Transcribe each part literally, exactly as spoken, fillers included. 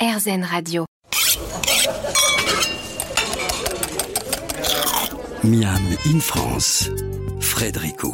AirZen Radio. Miam in France, Frédérico.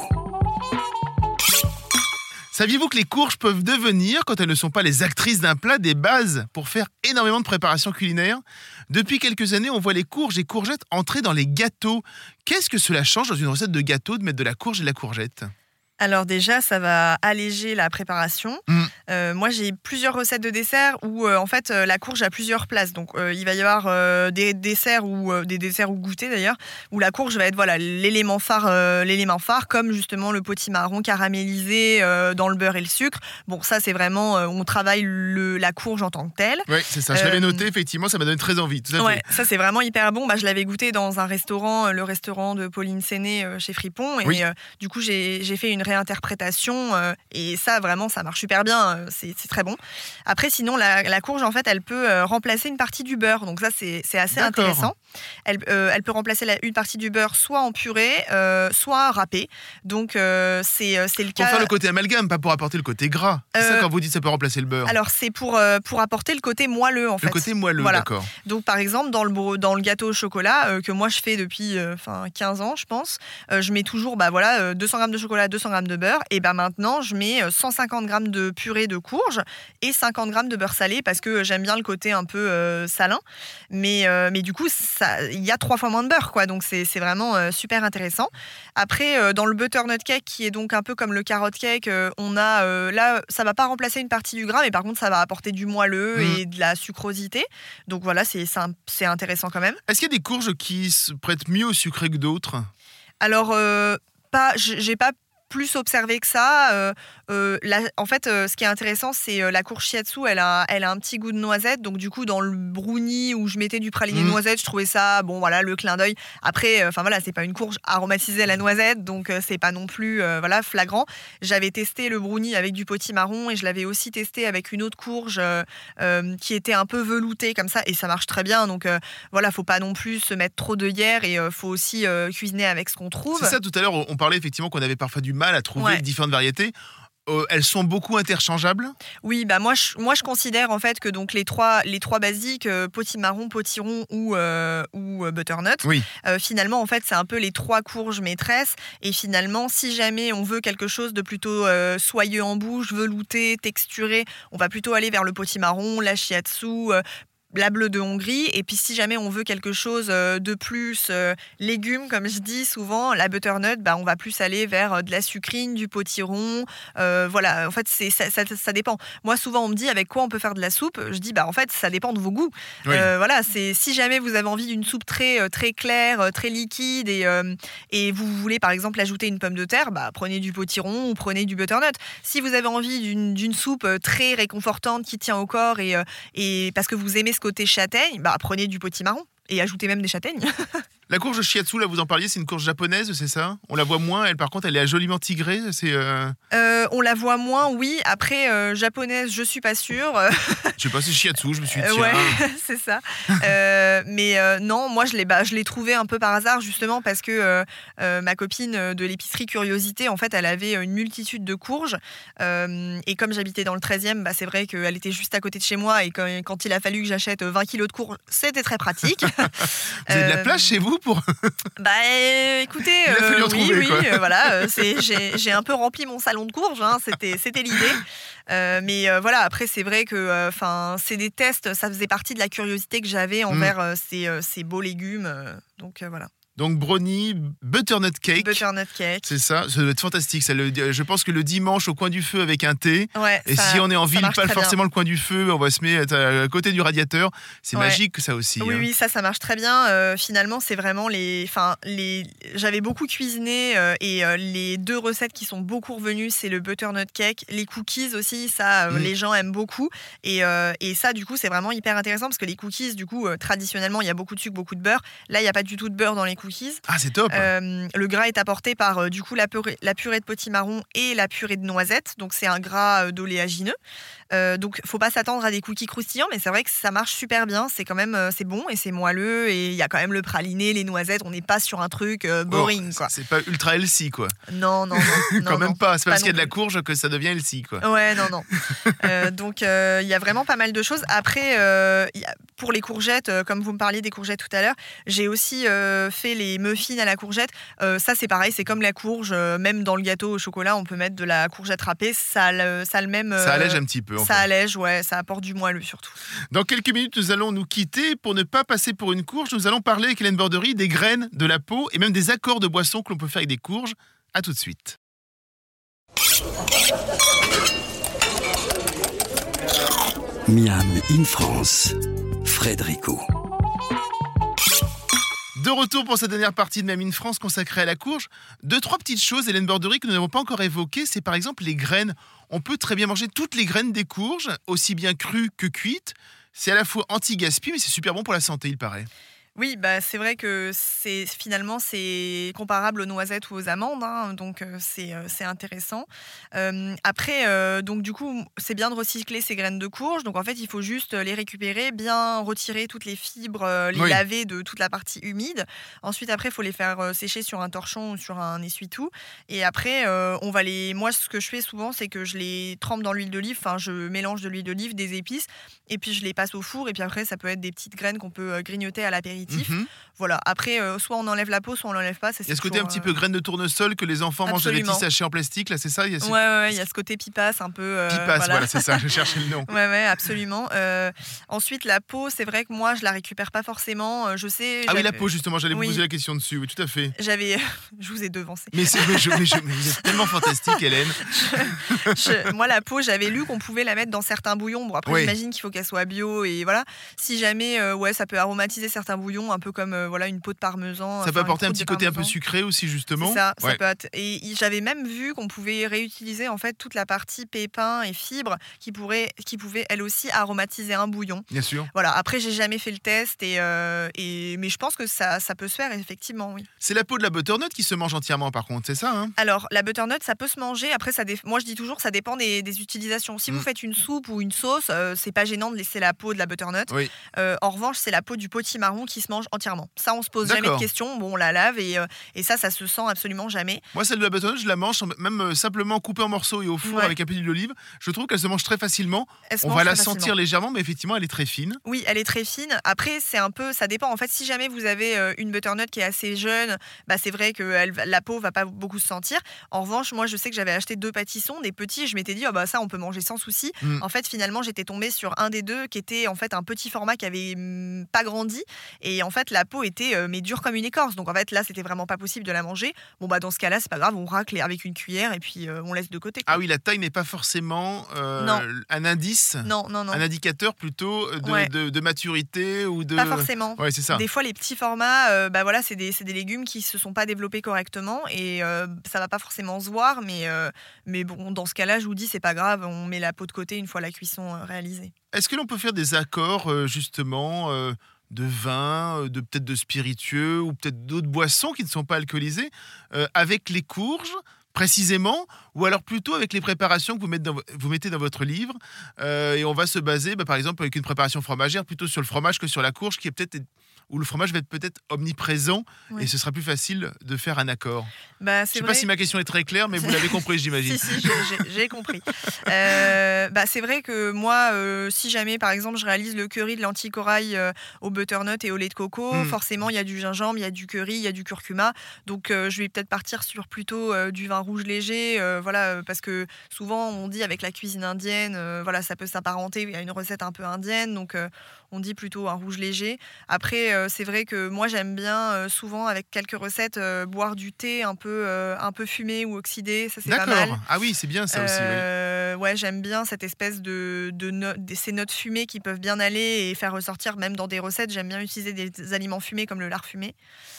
Saviez-vous que les courges peuvent devenir, quand elles ne sont pas les actrices d'un plat, des bases pour faire énormément de préparations culinaires ? Depuis quelques années, on voit les courges et courgettes entrer dans les gâteaux. Qu'est-ce que cela change dans une recette de gâteau de mettre de la courge et de la courgette ? Alors déjà, ça va alléger la préparation. Mmh. Euh, moi, j'ai plusieurs recettes de desserts où euh, en fait euh, la courge a plusieurs places. Donc euh, il va y avoir euh, des desserts ou euh, des desserts ou goûters d'ailleurs où la courge va être voilà l'élément phare, euh, l'élément phare comme justement le potimarron caramélisé euh, dans le beurre et le sucre. Bon, ça c'est vraiment euh, on travaille le, la courge en tant que telle. Oui, c'est ça. Je l'avais noté effectivement, ça m'a donné très envie. Tout à Ouais, fait. ça c'est vraiment hyper bon. Bah, je l'avais goûté dans un restaurant, le restaurant de Pauline Séné euh, chez Fripon, et Oui. euh, du coup j'ai, j'ai fait une réinterprétation euh, et ça vraiment ça marche super bien, euh, c'est, c'est très bon. Après sinon la, la courge en fait elle peut euh, remplacer une partie du beurre, donc ça c'est, c'est assez D'accord. intéressant. Elle, euh, elle peut remplacer la, une partie du beurre soit en purée, euh, soit râpée. Donc euh, c'est, c'est le Pour cas. faire le côté amalgame, pas pour apporter le côté gras. C'est Euh, ça quand vous dites ça peut remplacer le beurre. Alors c'est pour, euh, pour apporter le côté moelleux en fait. Le côté moelleux, Voilà. d'accord. Donc par exemple dans le, bro- dans le gâteau au chocolat euh, que moi je fais depuis euh, quinze ans je pense, euh, je mets toujours bah, voilà, euh, deux cents grammes de chocolat, deux cents grammes de beurre, et bah, maintenant je mets euh, cent cinquante grammes de purée de courge et cinquante grammes de beurre salé parce que j'aime bien le côté un peu euh, salin, mais, euh, mais du coup ça- il y a trois fois moins de beurre quoi, donc c'est, c'est vraiment euh, super intéressant. Après euh, dans le butternut cake qui est donc un peu comme le carrot cake, euh, on a euh, là ça va pas remplacer une partie du gras, mais par contre ça va apporter du moelleux Mmh. et de la sucrosité, donc voilà c'est, c'est, un- c'est intéressant quand même. Est-ce qu'il y a des courges qui se prêtent mieux au sucré que d'autres ? Alors, euh, pas, j- j'ai pas plus observé que ça. Euh, euh, la- en fait, euh, ce qui est intéressant, c'est euh, la courge shiatsu. Elle a, elle a un petit goût de noisette. Donc, du coup, dans le brownie où je mettais du praliné Mmh. noisette, je trouvais ça, bon, voilà, le clin d'œil. Après, enfin voilà, c'est pas une courge aromatisée à la noisette, donc euh, c'est pas non plus, euh, voilà, flagrant. J'avais testé le brownie avec du potimarron et je l'avais aussi testé avec une autre courge euh, euh, qui était un peu veloutée comme ça, et ça marche très bien. Donc euh, voilà, faut pas non plus se mettre trop d'œillères et euh, faut aussi euh, cuisiner avec ce qu'on trouve. C'est ça, tout à l'heure, on parlait effectivement qu'on avait parfois du mal à trouver Ouais. différentes variétés. Euh, elles sont beaucoup interchangeables ? Oui, bah moi je, moi je considère en fait que donc les trois les trois basiques euh, potimarron, potiron ou euh, ou euh, butternut, Oui. euh, finalement en fait c'est un peu les trois courges maîtresses, et finalement si jamais on veut quelque chose de plutôt euh, soyeux en bouche, velouté, texturé, on va plutôt aller vers le potimarron, la shiatsu, euh, la bleue de Hongrie, et puis si jamais on veut quelque chose euh, de plus euh, légumes comme je dis souvent, la butternut, bah, on va plus aller vers euh, de la sucrine, du potiron, euh, voilà, en fait c'est, ça, ça, ça dépend. Moi souvent on me dit avec quoi on peut faire de la soupe, je dis bah en fait ça dépend de vos goûts. Oui. Euh, voilà, c'est, si jamais vous avez envie d'une soupe très, euh, très claire, euh, très liquide, et, euh, et vous voulez par exemple ajouter une pomme de terre, bah, prenez du potiron ou prenez du butternut. Si vous avez envie d'une, d'une soupe euh, très réconfortante qui tient au corps, et, euh, et parce que vous aimez ce côté châtaigne, bah, prenez du potimarron et ajoutez même des châtaignes. La courge shiatsu, là, vous en parliez, c'est une courge japonaise, c'est ça ? On la voit moins, elle, par contre, elle est joliment tigrée. C'est, euh... Euh, on la voit moins, oui. Après, euh, japonaise, je suis pas sûre. je sais pas, c'est shiatsu, je me suis dit, Euh, tiens. ouais, c'est ça. Euh, mais euh, non, moi je l'ai, bah, je l'ai trouvé un peu par hasard justement parce que euh, euh, ma copine de l'épicerie Curiosité, en fait, elle avait une multitude de courges. Euh, et comme j'habitais dans le treizième, bah, c'est vrai qu'elle était juste à côté de chez moi, et quand, quand il a fallu que j'achète vingt kilos de courges, c'était très pratique. Vous avez de la Euh, place chez vous pour... Bah euh, écoutez, Il a fallu en oui, trouver, oui, quoi. euh, voilà, euh, c'est, j'ai, j'ai un peu rempli mon salon de courges, hein, c'était, c'était l'idée. Euh, mais euh, voilà, après c'est vrai que, enfin, c'est des tests, ça faisait partie de la curiosité que j'avais envers euh, ces, euh, ces beaux légumes, euh, donc euh, voilà. Donc, brownie, butternut cake. Butternut cake. C'est ça, ça doit être fantastique. Ça, le- je pense que le dimanche, au coin du feu avec un thé, Ouais, et ça- si on est en ça ville, marche pas très bien. forcément le coin du feu, on va se mettre à côté du radiateur. C'est Ouais. magique, ça aussi. Oui, hein. oui, ça, ça marche très bien. Euh, finalement, c'est vraiment les. Enfin, les. J'avais beaucoup cuisiné euh, et euh, les deux recettes qui sont beaucoup revenues, c'est le butternut cake, les cookies aussi. Ça, euh, Mm. les gens aiment beaucoup. Et, euh, et ça, du coup, c'est vraiment hyper intéressant parce que les cookies, du coup, euh, traditionnellement, il y a beaucoup de sucre, beaucoup de beurre. Là, il n'y a pas du tout de beurre dans les cookies. cookies. Ah, c'est top. Euh, le gras est apporté par euh, du coup la purée, la purée de potimarron et la purée de noisettes. Donc c'est un gras euh, d'oléagineux. Euh, donc faut pas s'attendre à des cookies croustillants, mais c'est vrai que ça marche super bien. C'est quand même euh, c'est bon et c'est moelleux et il y a quand même le praliné, les noisettes. On n'est pas sur un truc euh, boring Oh, quoi. C'est pas ultra healthy, quoi. Non non non. Quand non, même non, pas. C'est pas parce non qu'il y a de la plus. courge que ça devient healthy, quoi. Ouais, non, non. Euh, donc, euh, il y a vraiment pas mal de choses. Après, euh, y a- pour les courgettes, euh, comme vous me parliez des courgettes tout à l'heure, j'ai aussi euh, fait les muffins à la courgette. Euh, ça, c'est pareil, c'est comme la courge. euh, même dans le gâteau au chocolat, on peut mettre de la courgette râpée. Ça a le, ça a le même. Ça euh, allège un petit peu. en Ça fait. allège, ouais, ça apporte du moelleux surtout. Dans quelques minutes, nous allons nous quitter. Pour ne pas passer pour une courge, nous allons parler avec Hélène Borderie des graines, de la peau et même des accords de boisson que l'on peut faire avec des courges. À tout de suite. Miam in France, Frédérico. De retour pour cette dernière partie de Miam in France consacrée à la courge. Deux, trois petites choses, Hélène Borderie, que nous n'avons pas encore évoquées. C'est par exemple les graines. On peut très bien manger toutes les graines des courges, aussi bien crues que cuites. C'est à la fois anti-gaspi, mais c'est super bon pour la santé, il paraît. Oui, bah, c'est vrai que c'est finalement c'est comparable aux noisettes ou aux amandes, hein, donc euh, c'est euh, c'est intéressant. Euh, après, euh, donc du coup, c'est bien de recycler ces graines de courge. Donc en fait, il faut juste les récupérer, bien retirer toutes les fibres, euh, les Oui. laver de toute la partie humide. Ensuite, après, il faut les faire euh, sécher sur un torchon ou sur un essuie-tout. Et après, euh, on va les. Moi, ce que je fais souvent, c'est que je les trempe dans l'huile d'olive. Enfin, je mélange de l'huile d'olive, des épices, et puis je les passe au four. Et puis après, ça peut être des petites graines qu'on peut euh, grignoter à l'apéritif. Mhm. Voilà. Après, euh, soit on enlève la peau, soit on l'enlève pas. Ça, Il y a c'est ce côté un toujours, petit euh, peu graines de tournesol que les enfants mangent de les petits Absolument. sachets en plastique, là, c'est ça? Il y a ce... Ouais, ouais, ouais, il y a ce côté pipasse un peu. euh, Pipasse, voilà, voilà. c'est ça, je cherchais le nom. Ouais, ouais, absolument. Euh, ensuite, la peau, c'est vrai que moi, je la récupère pas forcément. Euh, Je sais. Ah oui, la j'avais- peau, justement, j'allais vous Oui. poser la question dessus, oui, tout à fait. J'avais. Je vous ai devancé. Mais, c'est, mais, je- mais je- mais vous êtes tellement fantastique, Hélène. Je- moi, la peau, j'avais lu qu'on pouvait la mettre dans certains bouillons. Bon, après, Oui. j'imagine qu'il faut qu'elle soit bio et voilà. Si jamais, euh, ouais, ça peut aromatiser certains bouillons, un peu comme euh, voilà une peau de parmesan. Ça enfin, peut une apporter un croûte petit de côté un peu parmesan. sucré aussi, justement. C'est ça, ça Ouais. peut être. Et y- j'avais même vu qu'on pouvait réutiliser en fait toute la partie pépins et fibres qui pourrait, qui pouvait elle aussi aromatiser un bouillon. Bien sûr. Voilà. Après, j'ai jamais fait le test et, euh, et mais je pense que ça, ça peut se faire effectivement, oui. C'est la peau de la butternut qui se mange entièrement, par contre, c'est ça, hein? Alors, la butternut, ça peut se manger. Après, ça dé- moi, je dis toujours, ça dépend des, des utilisations. Si Mm. vous faites une soupe ou une sauce, euh, c'est pas gênant de laisser la peau de la butternut. Oui. Euh, en revanche, c'est la peau du potimarron qui se mange entièrement. Ça, on se pose jamais de D'accord. questions. Bon, on la lave et, euh, et ça, ça se sent absolument jamais. Moi, celle de la butternut, je la mange même euh, simplement coupée en morceaux et au four Ouais. avec un peu d'huile d'olive. Je trouve qu'elle se mange très facilement. Elle se On mange va la très sentir facilement. légèrement, mais effectivement, elle est très fine. Oui, elle est très fine. Après, c'est un peu, ça dépend. En fait, si jamais vous avez euh, une butternut qui est assez jeune, bah, c'est vrai que elle, va- la peau va pas beaucoup se sentir. En revanche, moi, je sais que j'avais acheté deux pâtissons, des petits, et je m'étais dit, oh, bah, ça, on peut manger sans souci. Mm. En fait, finalement, j'étais tombée sur un des deux qui était en fait un petit format qui avait hum, pas grandi. Et en fait, la peau était euh, mais dure comme une écorce. Donc, en fait, là, c'était vraiment pas possible de la manger. Bon, bah, dans ce cas-là, c'est pas grave, on racle avec une cuillère et puis euh, on laisse de côté. quoi. Ah oui, la taille n'est pas forcément euh, Non. un indice, Non, non, non. un indicateur plutôt de, Ouais. de- de maturité ou de. Pas forcément. Ouais, c'est ça. Des fois, les petits formats, euh, bah voilà, c'est des, c'est des légumes qui se sont pas développés correctement et euh, ça va pas forcément se voir, mais, euh, mais bon, dans ce cas-là, je vous dis, c'est pas grave, on met la peau de côté une fois la cuisson euh, réalisée. Est-ce que l'on peut faire des accords euh, justement euh, de vin, euh, de peut-être de spiritueux ou peut-être d'autres boissons qui ne sont pas alcoolisées euh, avec les courges précisément, ou alors plutôt avec les préparations que vous mettez dans, vo- vous mettez dans votre livre, euh, et on va se baser bah, par exemple avec une préparation fromagère plutôt sur le fromage que sur la courge, qui est peut-être où le fromage va être peut-être omniprésent, Ouais. et ce sera plus facile de faire un accord. Bah, Je c'est sais vrai. pas si ma question est très claire, mais vous l'avez compris, j'imagine. Si, si, j'ai- j'ai- j'ai compris. Euh, bah, c'est vrai que moi, euh, si jamais, par exemple, je réalise le curry de lentilles corail euh, au butternut et au lait de coco, Mm. forcément, il y a du gingembre, il y a du curry, il y a du curcuma. Donc, euh, je vais peut-être partir sur plutôt euh, du vin rouge léger, euh, voilà, euh, parce que souvent, on dit avec la cuisine indienne, euh, voilà, ça peut s'apparenter à une recette un peu indienne. Donc, euh, on dit plutôt un rouge léger. Après, euh, c'est vrai que moi, j'aime bien euh, souvent, avec quelques recettes, euh, boire du thé un peu, euh, un peu fumé ou oxydé. Ça, c'est pas mal. D'accord. Ah oui, c'est bien ça aussi. Oui. Euh, ouais, j'aime bien cette espèce de, de, no- de- ces notes fumées qui peuvent bien aller et faire ressortir même dans des recettes. J'aime bien utiliser des aliments fumés comme le lard fumé.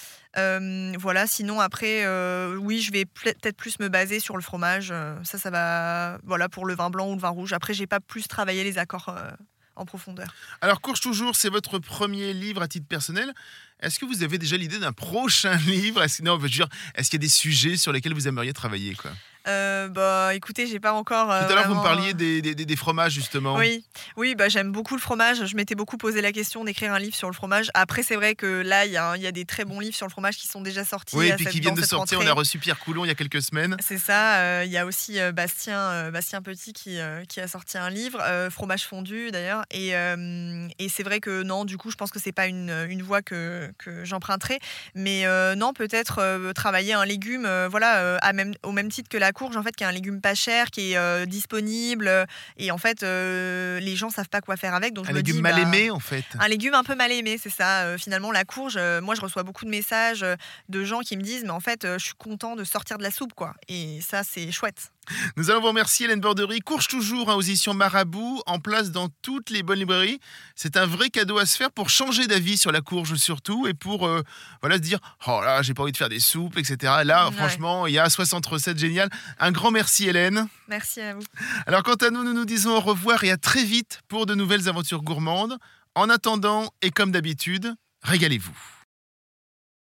Euh, voilà, sinon après, euh, oui, je vais ple- peut-être plus me baser sur le fromage. Euh, ça, ça va, voilà, pour le vin blanc ou le vin rouge. Après, j'ai pas plus travaillé les accords euh, en profondeur. Alors, Courge toujours, c'est votre premier livre à titre personnel. Est-ce que vous avez déjà l'idée d'un prochain livre? Est-ce, non, je veux dire, est-ce qu'il y a des sujets sur lesquels vous aimeriez travailler, quoi? Euh, bah, écoutez, j'ai pas encore. euh, Tout à l'heure, vous me vraiment, parliez euh, des, des- des- des fromages, justement. Oui, oui, bah, j'aime beaucoup le fromage. Je m'étais beaucoup posé la question d'écrire un livre sur le fromage. Après, c'est vrai que là, il y, a un- il y a des très bons livres sur le fromage qui sont déjà sortis. Oui, et à puis cette- qui viennent dans de cette sortir. On rentrée. a reçu Pierre Coulon il y a quelques semaines. C'est ça. euh, Il y a aussi euh, Bastien, euh, Bastien Petit qui, euh, qui a sorti un livre, euh, fromage fondu d'ailleurs. Et, euh, et c'est vrai que non, du coup, je pense que c'est pas une, une voie que, que j'emprunterai. Mais euh, non, peut-être euh, travailler un légume, euh, voilà, euh, à même, au même titre que la courge, en fait, qui est un légume pas cher, qui est euh, disponible. euh, Et en fait, euh, les gens savent pas quoi faire avec. Donc Un je me légume dis, mal bah, aimé, en fait. un légume un peu mal aimé, c'est ça. Euh, finalement, la courge, euh, moi, je reçois beaucoup de messages euh, de gens qui me disent, mais en fait, euh, je suis content de sortir de la soupe, quoi. Et ça, c'est chouette. Nous allons vous remercier, Hélène Borderie. Courge toujours, hein, aux éditions Marabout, en place dans toutes les bonnes librairies. C'est un vrai cadeau à se faire pour changer d'avis sur la courge, surtout, et pour euh, voilà, se dire oh là, j'ai pas envie de faire des soupes, et cetera. Là, Ouais. franchement, il y a soixante recettes géniales. Un grand merci, Hélène. Merci à vous. Alors, quant à nous, nous nous disons au revoir et à très vite pour de nouvelles aventures gourmandes. En attendant, et comme d'habitude, régalez-vous.